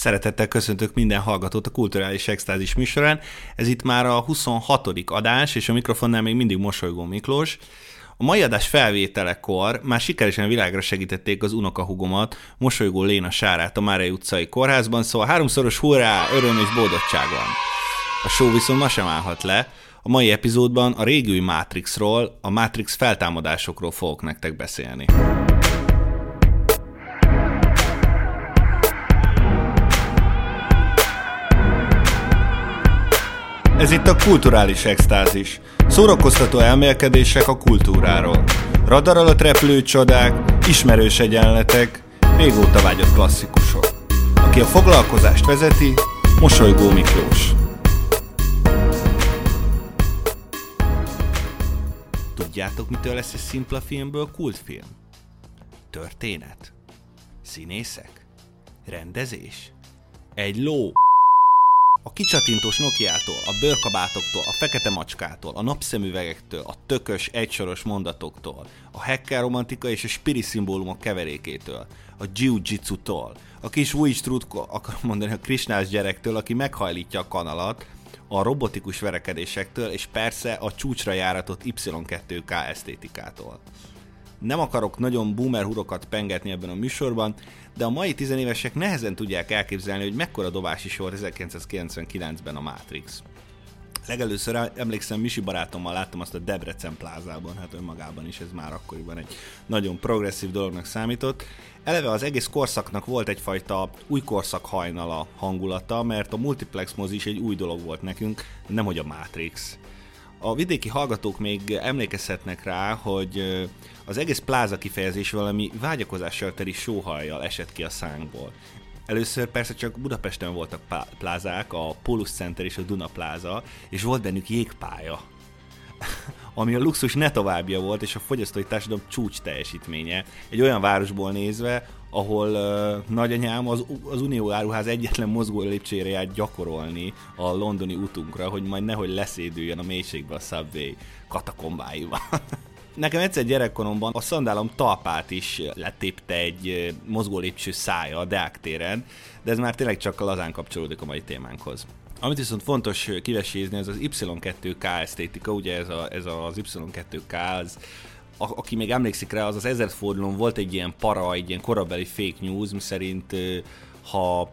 Szeretettel köszöntök minden hallgatót a Kulturális Extázis műsorán. Ez itt már a 26. adás, és a mikrofonnál még mindig Mosolygó Miklós. A mai adás felvételekor már sikeresen világra segítették az unokahúgomat, Mosolygó Léna Sárát a Márei utcai kórházban, szóval háromszoros hurrá, öröm és boldogság van. A show viszont ma sem állhat le. A mai epizódban a régi Matrixról, a Matrix feltámadásokról fogok nektek beszélni. Ez itt a Kulturális Extázis. Szórakoztató elmélkedések a kultúráról. Radar alatt repülő csodák, ismerős egyenletek, régóta vágyott klasszikusok. Aki a foglalkozást vezeti, Mosolygó Miklós. Tudjátok, mitől lesz egy szimpla filmből kultfilm? Történet? Színészek? Rendezés? Egy ló? A kicsatintós Nokiától, a bőrkabátoktól, a fekete macskától, a napszemüvegektől, a tökös, egysoros mondatoktól, a hacker romantika és a spiri szimbólumok keverékétől, a jiu-jitsu-tól, a kis Witch-truth, akarom mondani, a krisnás gyerektől, aki meghajlítja a kanalat, a robotikus verekedésektől, és persze a csúcsra járatott Y2K esztétikától. Nem akarok nagyon boomer hurokat pengetni ebben a műsorban, de a mai tizenévesek nehezen tudják elképzelni, hogy mekkora dobás is volt 1999-ben a Matrix. Legelőször emlékszem, Misi barátommal láttam azt a Debrecen plázában, hát önmagában is ez már akkoriban egy nagyon progresszív dolognak számított. Eleve az egész korszaknak volt egyfajta új korszak hajnala hangulata, mert a multiplex mozi is egy új dolog volt nekünk, nemhogy a Matrix. A vidéki hallgatók még emlékezhetnek rá, hogy az egész pláza kifejezés valami vágyakozással teli sóhajjal esett ki a szánkból. Először persze csak Budapesten voltak plázák, a Pólus Center és a Duna pláza, és volt bennük jégpálya, ami a luxus ne továbbja volt, és a fogyasztói társadalom csúcs teljesítménye. Egy olyan városból nézve, ahol nagyanyám az Unió áruház egyetlen mozgó lépcsőjére járt gyakorolni a londoni utunkra, hogy majd nehogy leszédüljön a mélységbe a Subway katakombáiban. Nekem egyszer gyerekkoromban a szandálom talpát is letépte egy mozgó lépcső szája a Deák téren, de ez már tényleg csak lazán kapcsolódik a mai témánkhoz. Amit viszont fontos kivesézni, ez az Y2K esztétika, ugye ez az Y2K, aki még emlékszik rá, az ezredfordulón volt egy ilyen para, egy ilyen korabeli fake news, miszerint ha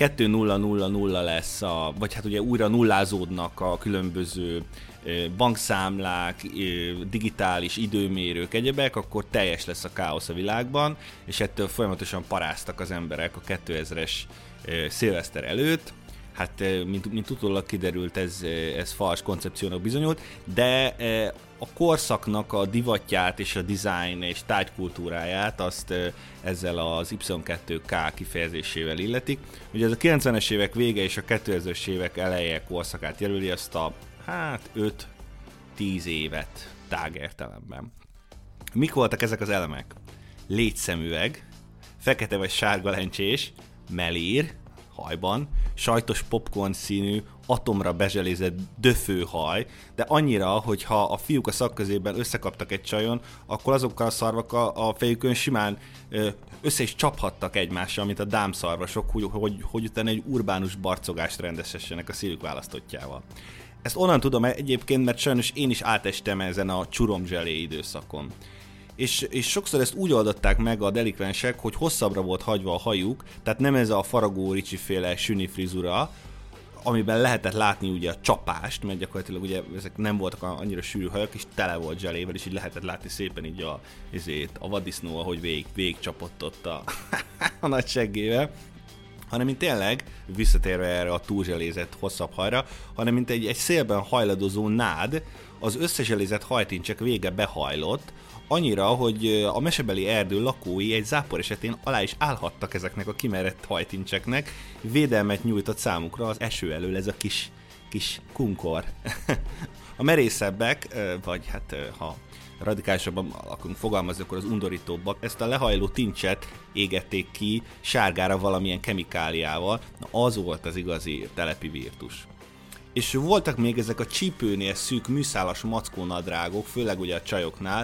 2000 lesz, vagy hát ugye újra nullázódnak a különböző bankszámlák, digitális időmérők, egyebek, akkor teljes lesz a káosz a világban, és ettől folyamatosan paráztak az emberek a 2000-es szilveszter előtt. Hát, mint utólag kiderült, ez fals koncepciónak bizonyult, de a korszaknak a divatját és a design és tárgykultúráját azt ezzel az Y2K kifejezésével illetik. Ugye ez a 90-es évek vége és a 2000-es évek eleje korszakát jelöli, azt a 5-10 évet tág értelemben. Mik voltak ezek az elemek? Légyszemüveg, fekete vagy sárga lencsés, melír, hajban, sajtos popcorn színű, atomra bezselézett döfőhaj, de annyira, hogy ha a fiúk a szakközében összekaptak egy csajon, akkor azokkal a szarvakkal a fejükön simán össze is csaphattak egymással, mint a dámszarvasok, hogy utána egy urbánus barcogást rendezhessenek a szívük választottjával. Ezt onnan tudom egyébként, mert sajnos én is átestem ezen a csuromzselé időszakon. És sokszor ezt úgy oldották meg a delikvensek, hogy hosszabbra volt hagyva a hajuk, tehát nem ez a Faragó Ricsi féle süni frizura, amiben lehetett látni ugye a csapást, mert gyakorlatilag ugye ezek nem voltak annyira sűrű hajak, és tele volt zselével, és így lehetett látni szépen így a vaddisznó, ahogy végig csapott ott a nagy seggével. Hanem mint tényleg, visszatérve erre a túlzselézett hosszabb hajra, hanem mint egy szélben hajladozó nád, az összezselézett hajtincsek vége behajlott, annyira, hogy a mesebeli erdő lakói egy zápor esetén alá is állhattak ezeknek a kimerett hajtincseknek, védelmet nyújtott számukra az eső elől ez a kis kunkor. A merészebbek, vagy hát ha radikálisabban akarunk fogalmazni, akkor az undorítóbbak, ezt a lehajló tincset égették ki sárgára valamilyen kemikáliával, az volt az igazi telepi virtus. És voltak még ezek a csípőnél szűk műszálas mackónadrágok, főleg ugye a csajoknál,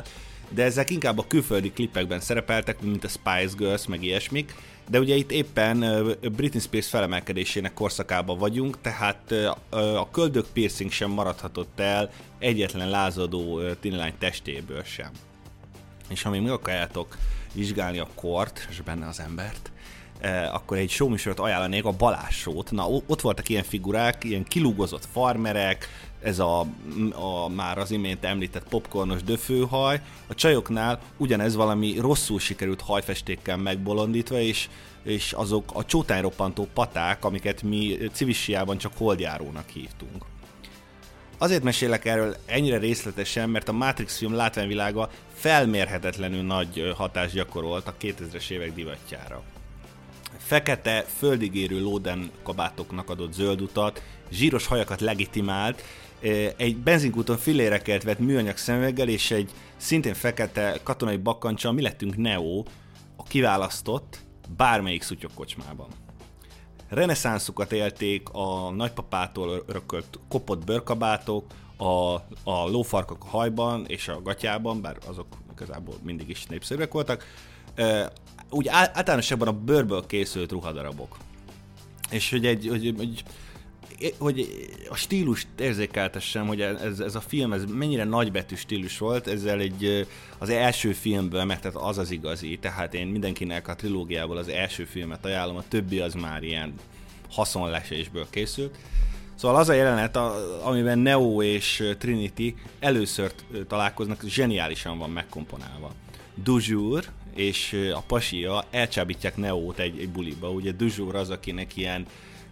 de ezek inkább a külföldi klipekben szerepeltek, mint a Spice Girls, meg ilyesmik, de ugye itt éppen Britney Spears felemelkedésének korszakában vagyunk, tehát a köldök piercing sem maradhatott el egyetlen lázadó tinilány testéből sem. És ha még meg akarjátok vizsgálni a kort, és benne az embert, akkor egy showműsort ajánlanék, a Balázs Show-t. Na, ott voltak ilyen figurák, ilyen kilúgozott farmerek, ez a már az imént említett popcornos döfőhaj. A csajoknál ugyanez valami rosszul sikerült hajfestékkel megbolondítva, és azok a csótányroppantó paták, amiket mi Civisiában csak holdjárónak hívtunk. Azért mesélek erről ennyire részletesen, mert a Matrix film látványvilága felmérhetetlenül nagy hatást gyakorolt a 2000-es évek divatjára. Fekete, földigérő lóden kabátoknak adott zöld utat, zsíros hajakat legitimált, egy benzinkúton fillérekelt vett műanyag szemüveggel és egy szintén fekete katonai bakkancsal mi lettünk Neo, a kiválasztott bármelyik szutyokkocsmában. Reneszánszukat élték a nagypapától örökölt kopott bőrkabátok, a lófarkak a hajban és a gatyában, bár azok igazából mindig is népszerűek voltak, úgy általánosabban a bőrből készült ruhadarabok. És hogy a stílust érzékeltessem, hogy ez a film ez mennyire nagybetű stílus volt, ezzel az első filmből, mert tehát az az igazi, tehát én mindenkinek a trilógiából az első filmet ajánlom, a többi az már ilyen haszonlesésből készült. Szóval az a jelenet, amiben Neo és Trinity először találkoznak, zseniálisan van megkomponálva. Dujour és a pasia elcsábítják Neót egy buliba. Ugye Dujour az, akinek ilyen,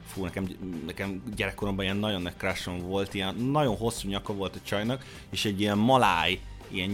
nekem gyerekkoromban ilyen nagyon nagy crushom volt, ilyen nagyon hosszú nyaka volt a csajnak, és egy ilyen maláj, ilyen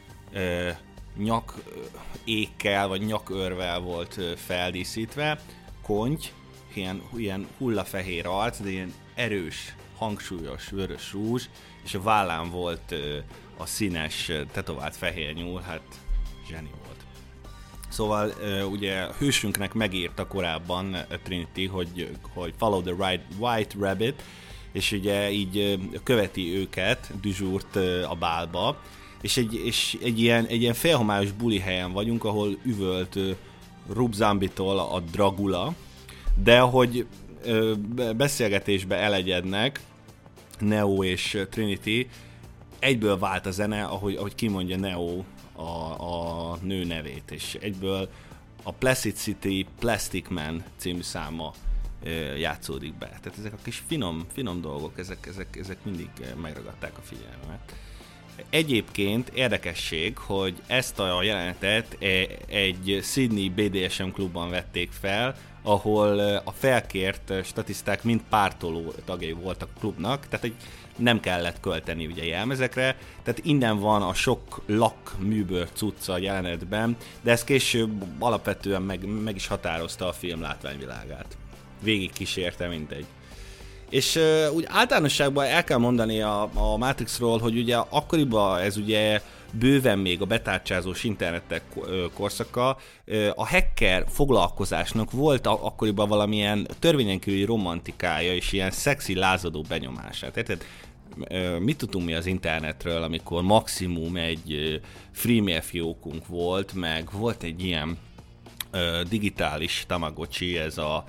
nyak ékkel, vagy nyakőrvel volt feldíszítve, konty, ilyen hullafehér arc, de ilyen erős, hangsúlyos vörös rúzs, és a vállán volt a színes, tetovált fehér nyúl, hát zseni volt. Szóval ugye hősünknek megírta korábban Trinity, hogy follow the white rabbit, és ugye így követi őket, Dujourt a bálba, és egy ilyen félhomályos buli helyen vagyunk, ahol üvölt Rob Zombie-tól a Dragula, de ahogy beszélgetésbe elegyednek Neo és Trinity, egyből vált a zene, ahogy kimondja Neo a nő nevét, és egyből a Placid City Plastic Man című száma játszódik be. Tehát ezek a kis finom dolgok, ezek mindig megragadták a figyelmet. Egyébként érdekesség, hogy ezt a jelenetet egy Sydney BDSM klubban vették fel, ahol a felkért statiszták mind pártoló tagjai voltak a klubnak, tehát nem kellett költeni ugye jelmezekre, tehát innen van a sok lak műbőr cucca a jelenetben, de ez később alapvetően meg is határozta a film látványvilágát. Végig kísérte mindegy. És úgy általánosságban el kell mondani a Matrixról, hogy ugye akkoriban ez ugye bőven még a betárcsázós internetek korszaka, a hacker foglalkozásnak volt akkoriban valamilyen törvényen kívüli romantikája és ilyen szexi lázadó benyomását. Tehát mit tudtunk mi az internetről, amikor maximum egy freemail fiókunk volt, meg volt egy ilyen digitális Tamagotchi, ez a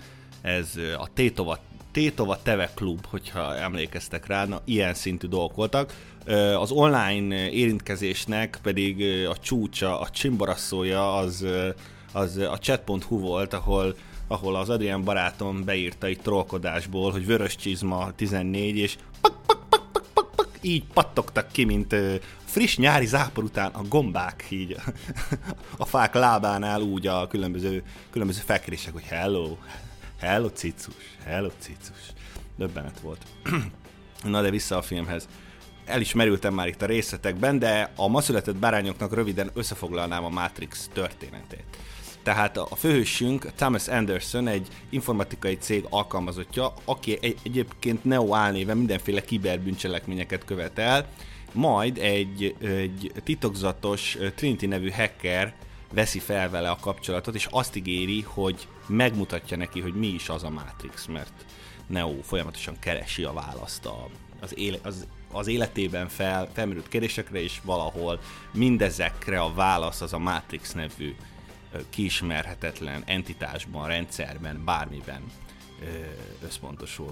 Tétova Teve Klub, hogyha emlékeztek rá, na, ilyen szintű dolgok voltak. Az online érintkezésnek pedig a csúcsa, a csimbarasszója az a chat.hu volt, ahol az Adrián barátom beírta egy trollkodásból, hogy vörös csizma 14, és így pattogtak ki, mint friss nyári zápor után a gombák így a fák lábánál, úgy a különböző felkérések, hogy hello cicus. Döbbenet volt. Na de vissza a filmhez. El is merültem már itt a részletekben, de a ma született bárányoknak röviden összefoglalnám a Matrix történetét. Tehát a főhősünk Thomas Anderson egy informatikai cég alkalmazottja, aki egyébként Neo álnéven mindenféle kiberbűncselekményeket követel, majd egy titokzatos Trinity nevű hacker veszi fel vele a kapcsolatot, és azt ígéri, hogy megmutatja neki, hogy mi is az a Matrix, mert Neo folyamatosan keresi a választ az az életében felmerült kérdésekre, és valahol mindezekre a válasz az a Matrix nevű kiismerhetetlen entitásban, rendszerben, bármiben összpontosul.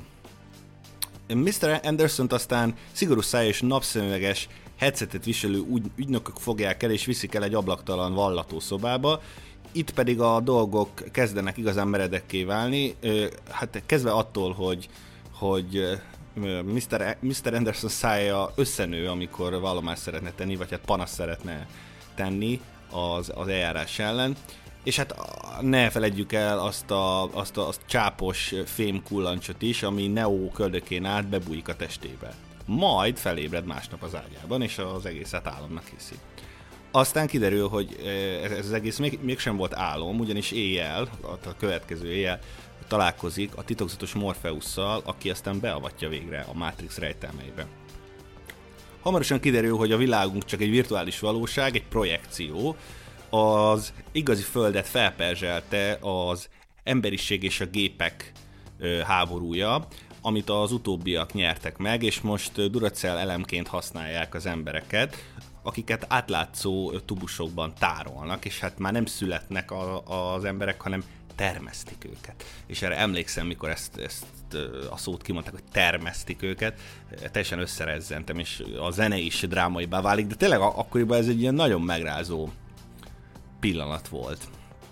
Mr. Andersont aztán szigorú száj és napszemüveges headsetet viselő ügynökök fogják el és viszik el egy ablaktalan vallatószobába. Itt pedig a dolgok kezdenek igazán meredekké válni, hát kezdve attól, hogy Mr. Anderson szája összenő, amikor vallomást szeretne tenni, vagy hát panaszt szeretne tenni az eljárás ellen. És hát ne feledjük el azt a csápos fémkullancsot is, ami Neo köldökén át bebújik a testébe. Majd felébred másnap az ágyában, és az egészet álomnak hiszi. Aztán kiderül, hogy ez az egész mégsem volt álom, ugyanis éjjel, a következő éjjel találkozik a titokzatos Morpheusszal, aki aztán beavatja végre a Matrix rejtelmeibe. Hamarosan kiderül, hogy a világunk csak egy virtuális valóság, egy projekció, az igazi földet felperzselte az emberiség és a gépek háborúja, amit az utóbbiak nyertek meg, és most Duracell elemként használják az embereket, akiket átlátszó tubusokban tárolnak, és hát már nem születnek az emberek, hanem termesztik őket. És erre emlékszem, mikor ezt a szót kimondták, hogy termesztik őket, teljesen összerezzentem, és a zene is drámaibbá válik, de tényleg akkoriban ez egy ilyen nagyon megrázó pillanat volt.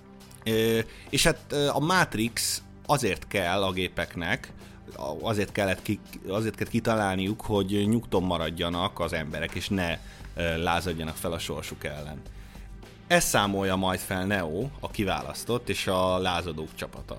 És hát a Matrix azért kell a gépeknek, azért kellett kitalálniuk, hogy nyugton maradjanak az emberek, és ne lázadjanak fel a sorsuk ellen. Ezt számolja majd fel Neo, a kiválasztott, és a lázadók csapata.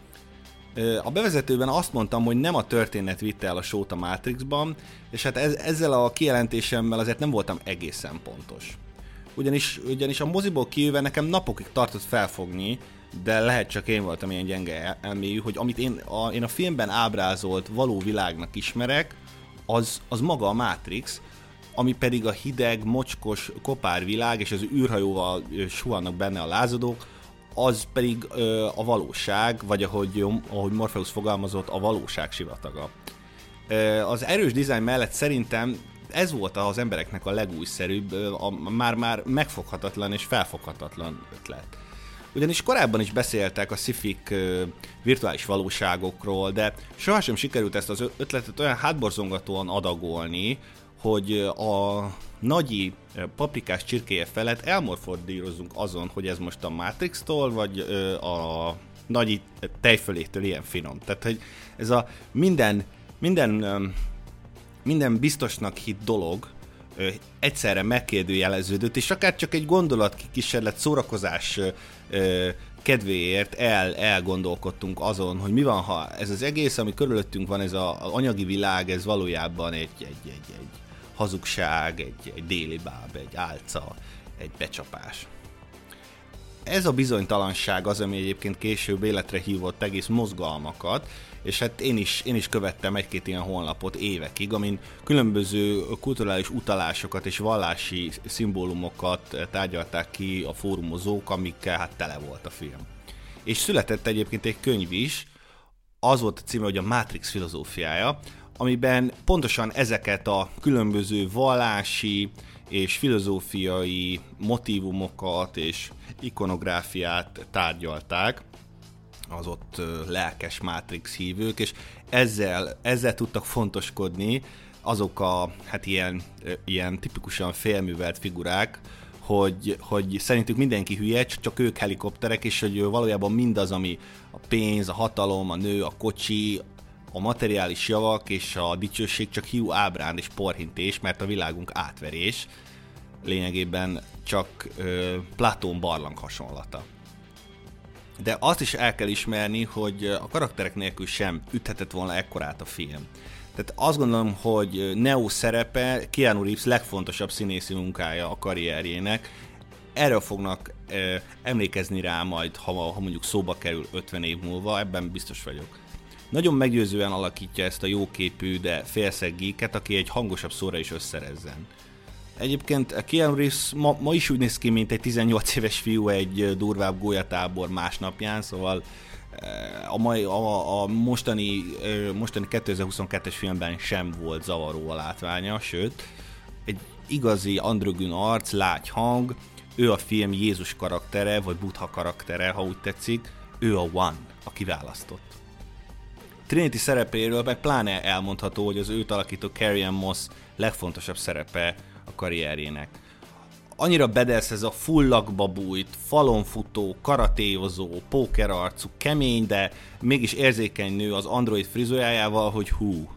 A bevezetőben azt mondtam, hogy nem a történet vitte el a sót a Matrixban, és hát ezzel a kijelentésemmel azért nem voltam egészen pontos. Ugyanis a moziból kijöve nekem napokig tartott felfogni, de lehet csak én voltam ilyen gyenge elmélyű, hogy amit én a filmben ábrázolt való világnak ismerek, az maga a Matrix, ami pedig a hideg, mocskos, kopár világ, és az űrhajóval suhannak benne a lázadók, az pedig a valóság, vagy ahogy Morpheus fogalmazott, a valóság sivataga. Az erős dizájn mellett szerintem ez volt az embereknek a legújszerűbb, már megfoghatatlan és felfoghatatlan ötlet. Ugyanis korábban is beszéltek a sci-fik virtuális valóságokról, de sohasem sikerült ezt az ötletet olyan hátborzongatóan adagolni, hogy a nagyi paprikás csirkéje felett elmorfordírozzunk azon, hogy ez most a Matrix-tól, vagy a nagyi tejfölétől ilyen finom. Tehát, hogy ez a minden biztosnak hitt dolog egyszerre megkérdőjeleződött, és akár csak egy gondolatkísérlet szórakozás kedvéért elgondolkodtunk azon, hogy mi van, ha ez az egész, ami körülöttünk van, ez az anyagi világ, ez valójában egy hazugság, egy délibáb, egy álca, egy becsapás. Ez a bizonytalanság az, ami egyébként később életre hívott egész mozgalmakat, és hát én is követtem egy-két ilyen honlapot évekig, amin különböző kulturális utalásokat és vallási szimbólumokat tárgyalták ki a fórumozók, amikkel hát tele volt a film. És született egyébként egy könyv is, az volt a címe, hogy a Matrix filozófiája, amiben pontosan ezeket a különböző vallási és filozófiai motívumokat és ikonográfiát tárgyalták az ott lelkes Matrix hívők, és ezzel tudtak fontoskodni azok a hát ilyen tipikusan félművelt figurák, hogy szerintük mindenki hülye, csak ők helikopterek, és hogy valójában mindaz, ami a pénz, a hatalom, a nő, a kocsi, a materiális javak és a dicsőség csak hiú ábránd és porhintés, mert a világunk átverés, lényegében csak Platón barlang hasonlata. De azt is el kell ismerni, hogy a karakterek nélkül sem üthetett volna ekkorát a film. Tehát azt gondolom, hogy Neo szerepe Keanu Reeves legfontosabb színészi munkája a karrierjének. Erről fognak emlékezni rá majd, ha mondjuk szóba kerül 50 év múlva, ebben biztos vagyok. Nagyon meggyőzően alakítja ezt a jóképű, de félszeg geeket, aki egy hangosabb szóra is összerezzen. Egyébként Keanu Reeves ma is úgy néz ki, mint egy 18 éves fiú egy durvább gólyatábor másnapján, szóval a mostani 2022-es filmben sem volt zavaró a látványa, sőt, egy igazi androgyn arc, lágy hang, ő a film Jézus karaktere, vagy Buddha karaktere, ha úgy tetszik, ő a One, a kiválasztott. Trinity szerepéről meg pláne elmondható, hogy az őt alakító Carrie-Anne Moss legfontosabb szerepe a karrierjének. Annyira badass ez a fullakba bújt, falonfutó, karatéozó, pókerarcú, kemény, de mégis érzékeny nő az android frizurájával, hogy hú.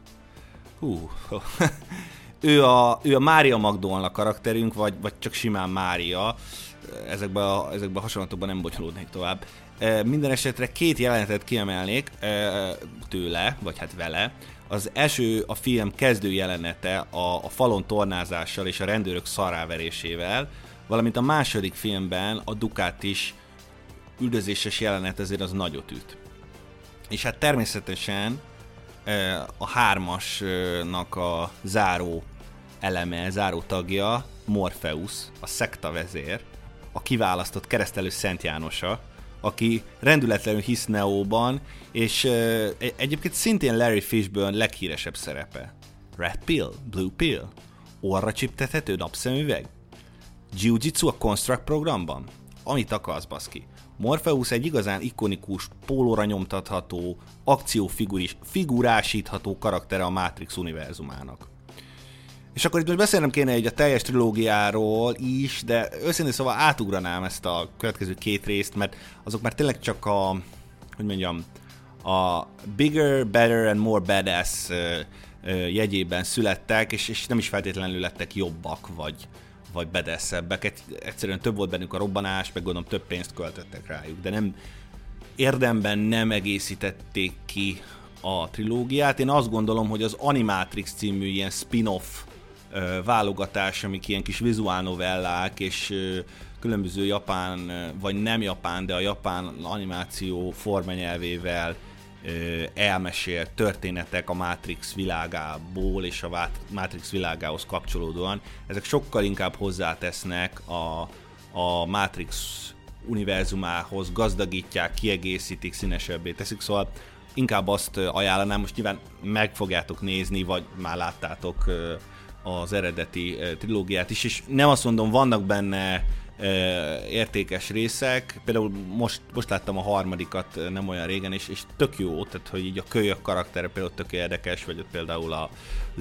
ő a Mária Magdolna karakterünk, vagy csak simán Mária. Ezekben a hasonlatokban nem bonyolódnék tovább. Minden esetre 2 jelenetet kiemelnék tőle, vagy hát vele. Az első a film kezdő jelenete a falon tornázással és a rendőrök szarráverésével, valamint a második filmben a Ducatis üldözéses jelenet ezért az nagyot üt. És hát természetesen a 3-asnak a záró eleme, záró tagja Morpheus, a szekta vezér, a kiválasztott keresztelő Szent Jánosa, aki rendületlenül hisz Neóban, és egyébként szintén Larry Fishburne leghíresebb szerepe. Red Pill, Blue Pill, orra csiptethető napszemüveg, Jiu-Jitsu a Construct programban? Amit akarsz, baszki. Morpheus egy igazán ikonikus, pólóra nyomtatható, akciófigurásítható karaktere a Matrix univerzumának. És akkor itt most beszélnem kéne egy a teljes trilógiáról is, de őszintén szóval átugranám ezt a következő 2 részt, mert azok már tényleg csak a bigger, better and more badass jegyében születtek, és nem is feltétlenül lettek jobbak, vagy badassebbek. Egyszerűen több volt bennük a robbanás, meg gondolom több pénzt költöttek rájuk, de nem érdemben nem egészítették ki a trilógiát. Én azt gondolom, hogy az Animatrix című ilyen spin-off válogatás, amik ilyen kis vizuál novellák, és különböző japán, vagy nem japán, de a japán animáció formanyelvével elmesélt történetek a Matrix világából és a Matrix világához kapcsolódóan. Ezek sokkal inkább hozzátesznek a Matrix univerzumához, gazdagítják, kiegészítik, színesebbé teszik, szóval inkább azt ajánlanám, most nyilván meg fogjátok nézni, vagy már láttátok az eredeti trilógiát is, és nem azt mondom, vannak benne értékes részek, például most láttam a 3-at nem olyan régen, és tök jó, tehát hogy így a kölyök karaktere például tök érdekes, vagy ott például a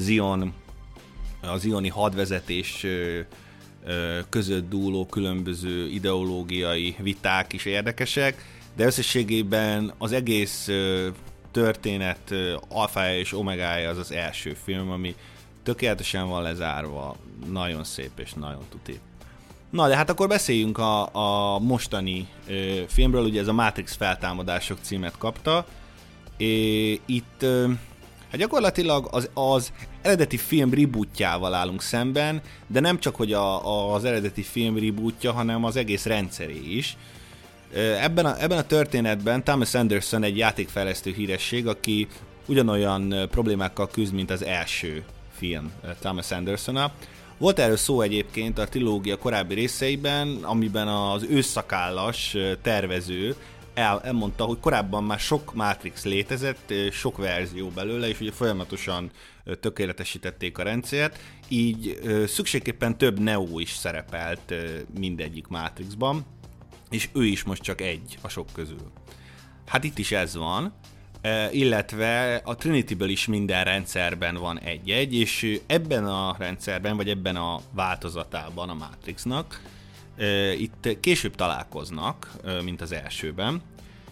zioni hadvezetés között dúló különböző ideológiai viták is érdekesek, de összességében az egész történet alfája és omegája az az első film, ami tökéletesen van lezárva, nagyon szép és nagyon tuti. Na, de hát akkor beszéljünk a mostani filmről, ugye ez a Matrix feltámadások címet kapta. Itt hát gyakorlatilag az eredeti film rebootjával állunk szemben, de nem csak, hogy az eredeti film rebootja, hanem az egész rendszeré is. Ebben a történetben Thomas Anderson egy játékfejlesztő híresség, aki ugyanolyan problémákkal küzd, mint az első film Thomas Anderson-a. Volt erről szó egyébként a trilógia korábbi részeiben, amiben az ősszakállas tervező elmondta, hogy korábban már sok Matrix létezett, sok verzió belőle, és ugye folyamatosan tökéletesítették a rendszert, így szükségképpen több Neo is szerepelt mindegyik Matrixban, és ő is most csak egy a sok közül. Hát itt is ez van, illetve a Trinityből is minden rendszerben van egy-egy, és ebben a rendszerben, vagy ebben a változatában a Matrixnak itt később találkoznak, mint az elsőben.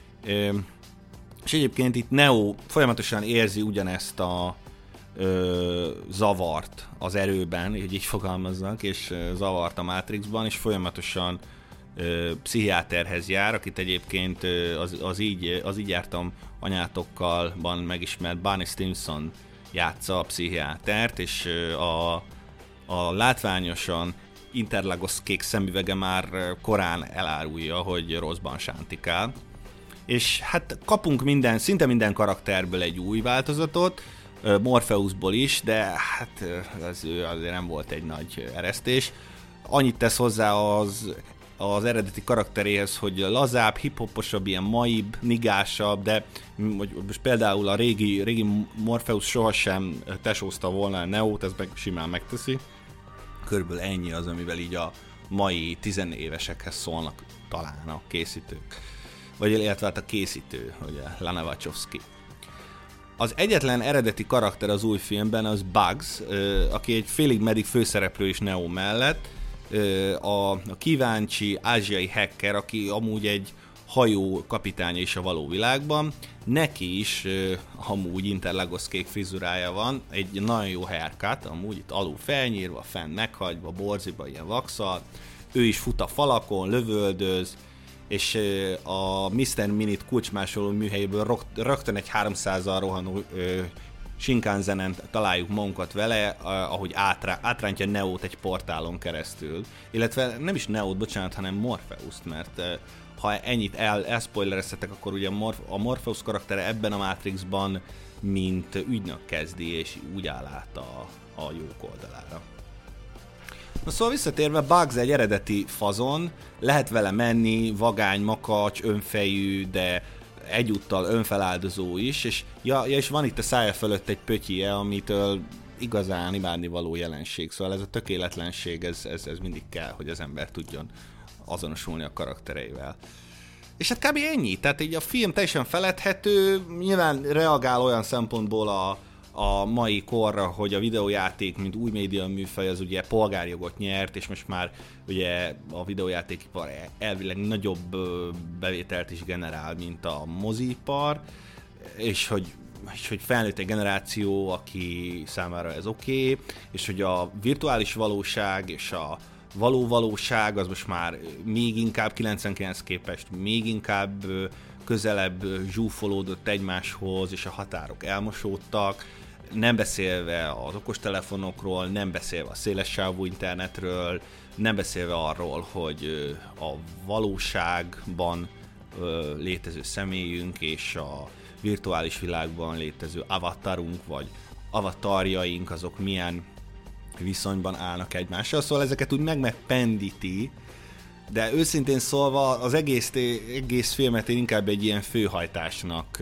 És egyébként itt Neo folyamatosan érzi ugyanezt a zavart az erőben, hogy így fogalmaznak, és zavart a Matrixban, és folyamatosan pszichiáterhez jár, akit egyébként az így jártam anyátokkalban megismert Barney Stinson játsza a pszichiátert, és a látványosan Interlagos kék szemüvege már korán elárulja, hogy rosszban sántikál. És hát kapunk szinte minden karakterből egy új változatot, Morpheusból is, de hát az azért nem volt egy nagy eresztés. Annyit tesz hozzá az az eredeti karakteréhez, hogy lazább, hip-hoposabb, ilyen maibb, nigásabb, de most például a régi Morpheus sohasem tesózta volna a Neót, ez meg simán megteszi. Körülbelül ennyi az, amivel így a mai 10 évesekhez szólnak talán a készítők. Vagy illetve hát a készítő, ugye Lana Wachowski. Az egyetlen eredeti karakter az új filmben az Bugs, aki egy félig meddig főszereplő is Neo mellett, a kíváncsi ázsiai hacker, aki amúgy egy hajó kapitánya is a való világban. Neki is amúgy interlagos kék frizurája van, egy nagyon jó haircut, amúgy itt alul felnyírva, fenn meghagyva, borziba, ilyen vakszal. Ő is fut a falakon, lövöldöz, és a Mr. Minute kulcsmásoló műhelyéből rögtön egy 300-al rohanó Shinkanzenen találjuk magunkat vele, ahogy átrántja Neót egy portálon keresztül. Illetve nem is Neót, bocsánat, hanem Morpheust, mert ha ennyit elspoilereztetek, akkor ugye a Morpheus karaktere ebben a Matrixban mint ügynök kezdi, és úgy áll át a jók oldalára. Na szóval visszatérve, Bugs egy eredeti fazon, lehet vele menni, vagány, makacs, önfejű, de egyúttal önfeláldozó is, és van itt a szája fölött egy pötyije, amitől igazán imádnivaló jelenség, szóval ez a tökéletlenség, ez mindig kell, hogy az ember tudjon azonosulni a karaktereivel. És hát kb. Ennyi, tehát így a film teljesen feledhető, nyilván reagál olyan szempontból a mai korra, hogy a videójáték, mint új média műfaj, az ugye polgárjogot nyert, és most már ugye a videójátékipar elvileg nagyobb bevételt is generál, mint a mozipar, és hogy felnőtt egy generáció, aki számára ez oké, és hogy a virtuális valóság és a való valóság az most már még inkább 99 képest, még inkább közelebb zsúfolódott egymáshoz, és a határok elmosódtak, nem beszélve az okostelefonokról, nem beszélve a szélessávú internetről, nem beszélve arról, hogy a valóságban létező személyünk és a virtuális világban létező avatarunk, vagy avatarjaink, azok milyen viszonyban állnak egymással, szóval ezeket úgy megpendíti, de őszintén szólva az egész filmet én inkább egy ilyen főhajtásnak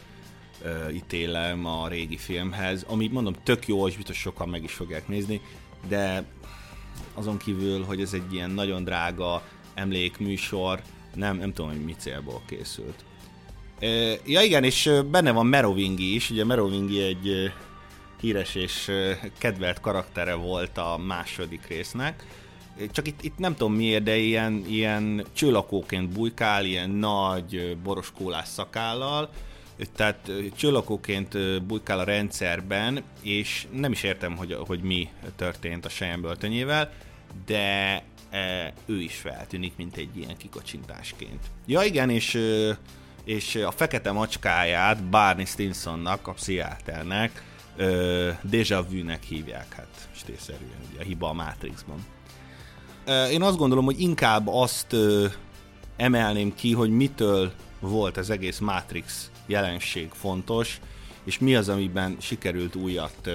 ítélem a régi filmhez, ami mondom tök jó, és biztos sokan meg is fogják nézni, de azon kívül, hogy ez egy ilyen nagyon drága emlékműsor, nem tudom, hogy mi célból készült. Ja igen, és benne van Merovingi is, ugye Merovingi egy híres és kedvelt karaktere volt a második résznek, csak itt nem tudom miért, de ilyen csőlakóként bujkál, ilyen nagy boroskólás szakállal, tehát csőlakóként bujkál a rendszerben, és nem is értem, hogy mi történt a selyemböltönyével, de ő is feltűnik, mint egy ilyen kikocsintásként. Ja igen, és a fekete macskáját Barney Stinsonnak, a pszichiáternek, Déjà Vu-nek hívják, hát stészerűen, ugye a hiba a Matrixban. Én azt gondolom, hogy inkább azt emelném ki, hogy mitől volt az egész Matrix jelenség fontos, és mi az, amiben sikerült újat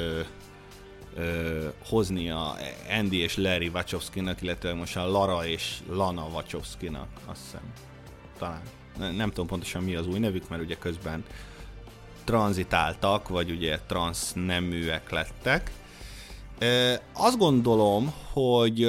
hoznia Andy és Larry Wachowskinak, illetve most a Lara és Lana Wachowskinak, azt hiszem. Talán. Nem tudom pontosan mi az új nevük, mert ugye közben tranzitáltak, vagy ugye transzneműek lettek. Azt gondolom, hogy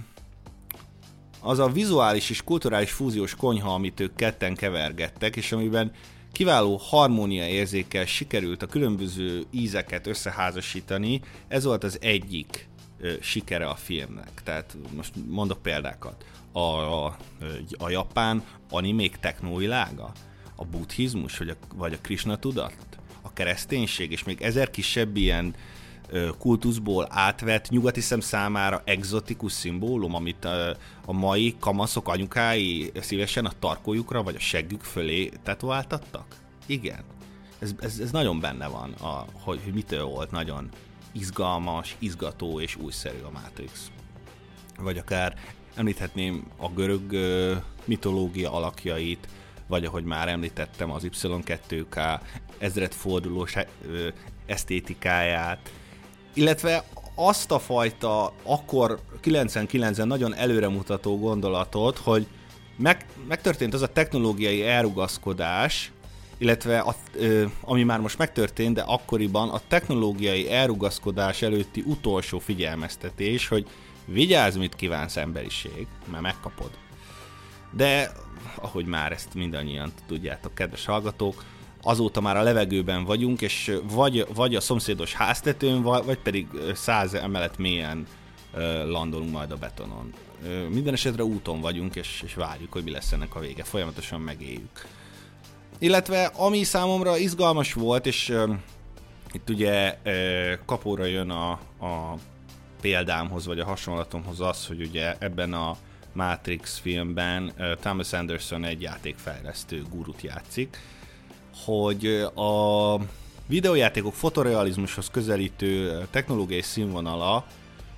az a vizuális és kulturális fúziós konyha, amit ők ketten kevergettek, és amiben kiváló harmónia érzékkel sikerült a különböző ízeket összeházasítani, ez volt az egyik sikere a filmnek. Tehát most mondok példákat. A japán animék technóvilága, a buddhizmus, vagy a Krishna tudat, a kereszténység, és még 1000 kisebb ilyen kultuszból átvett, nyugati szem számára egzotikus szimbólum, amit a mai kamaszok anyukái szívesen a tarkójukra vagy a seggük fölé tetováltattak? Igen. Ez nagyon benne van, hogy mitől volt nagyon izgalmas, izgató és újszerű a Matrix. Vagy akár említhetném a görög mitológia alakjait, vagy ahogy már említettem, az Y2K ezredfordulós esztétikáját, illetve azt a fajta, akkor 99-en nagyon előremutató gondolatot, hogy megtörtént az a technológiai elrugaszkodás, illetve ami már most megtörtént, de akkoriban a technológiai elrugaszkodás előtti utolsó figyelmeztetés, hogy vigyázz, mit kívánsz, emberiség, mert megkapod. De, ahogy már ezt mindannyian tudjátok, kedves hallgatók, azóta már a levegőben vagyunk, és vagy a szomszédos háztetőn, vagy pedig 100 emelet mélyen landolunk majd a betonon. Minden esetre úton vagyunk, és várjuk, hogy mi lesz ennek a vége. Folyamatosan megéljük. Illetve ami számomra izgalmas volt, és itt ugye kapóra jön a példámhoz, vagy a hasonlatomhoz az, hogy ugye ebben a Matrix filmben Thomas Anderson egy játékfejlesztő gurut játszik, hogy a videójátékok fotorealizmushoz közelítő technológiai színvonala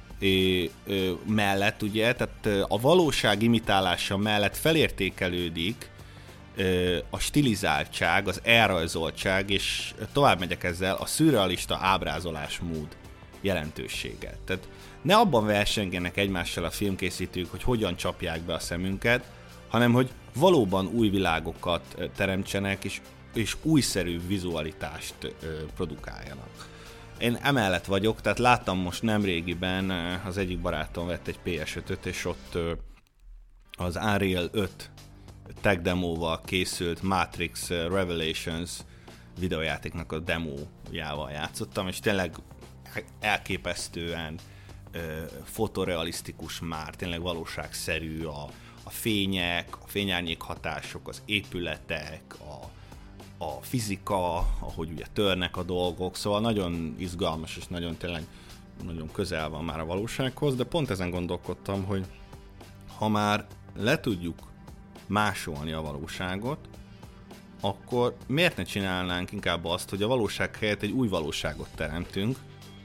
mellett, ugye, tehát a valóság imitálása mellett felértékelődik a stilizáltság, az elrajzoltság, és tovább megyek ezzel, a szürrealista ábrázolásmód jelentősége. Tehát ne abban versengenek egymással a filmkészítők, hogy hogyan csapják be a szemünket, hanem hogy valóban új világokat teremtsenek, és újszerű vizualitást produkáljanak. Én emellett vagyok, tehát láttam most nemrégiben, az egyik barátom vett egy PS5-öt, és ott az Unreal 5 tech demóval készült Matrix Revelations videójátéknak a demójával játszottam, és tényleg elképesztően fotorealisztikus már, tényleg valóságszerű a fények, a fényárnyék hatások, az épületek, a fizika, ahogy ugye törnek a dolgok, szóval nagyon izgalmas, és tényleg nagyon közel van már a valósághoz, de pont ezen gondolkodtam, hogy ha már le tudjuk másolni a valóságot, akkor miért ne csinálnánk inkább azt, hogy a valóság helyett egy új valóságot teremtünk,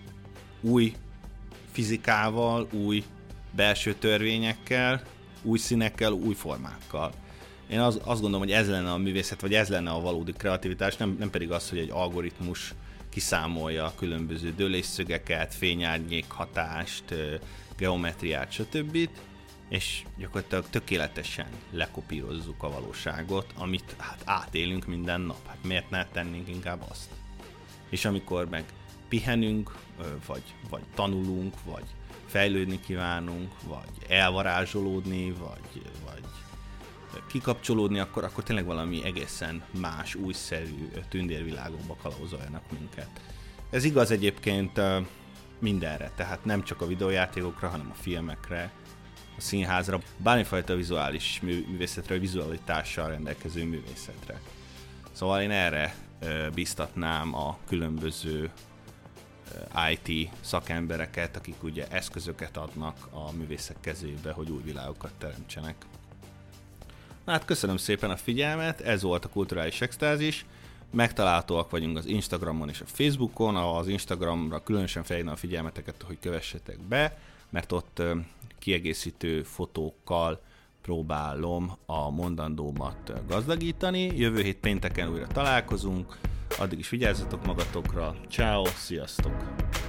új fizikával, új belső törvényekkel, új színekkel, új formákkal. Én azt gondolom, hogy ez lenne a művészet, vagy ez lenne a valódi kreativitás, nem pedig az, hogy egy algoritmus kiszámolja a különböző dőlésszögeket, fényárnyék hatást, geometriát, stb. És gyakorlatilag tökéletesen lekopírozzuk a valóságot, amit hát átélünk minden nap. Hát miért ne tennénk inkább azt? És amikor meg pihenünk, vagy tanulunk, vagy fejlődni kívánunk, vagy elvarázsolódni, vagy kikapcsolódni, akkor tényleg valami egészen más, újszerű tündérvilágokba kalauzoljanak minket. Ez igaz egyébként mindenre, tehát nem csak a videójátékokra, hanem a filmekre, a színházra, bármifajta vizuális művészetre, vizualitással rendelkező művészetre. Szóval én erre biztatnám a különböző IT szakembereket, akik ugye eszközöket adnak a művészek kezébe, hogy új világokat teremtsenek. Na hát köszönöm szépen a figyelmet, ez volt a Kulturális Extázis. Megtalálhatóak vagyunk az Instagramon és a Facebookon, az Instagramra különösen felhívnám a figyelmeteket, hogy kövessetek be, mert ott kiegészítő fotókkal próbálom a mondandómat gazdagítani. Jövő hét pénteken újra találkozunk, addig is vigyázzatok magatokra, ciao, sziasztok!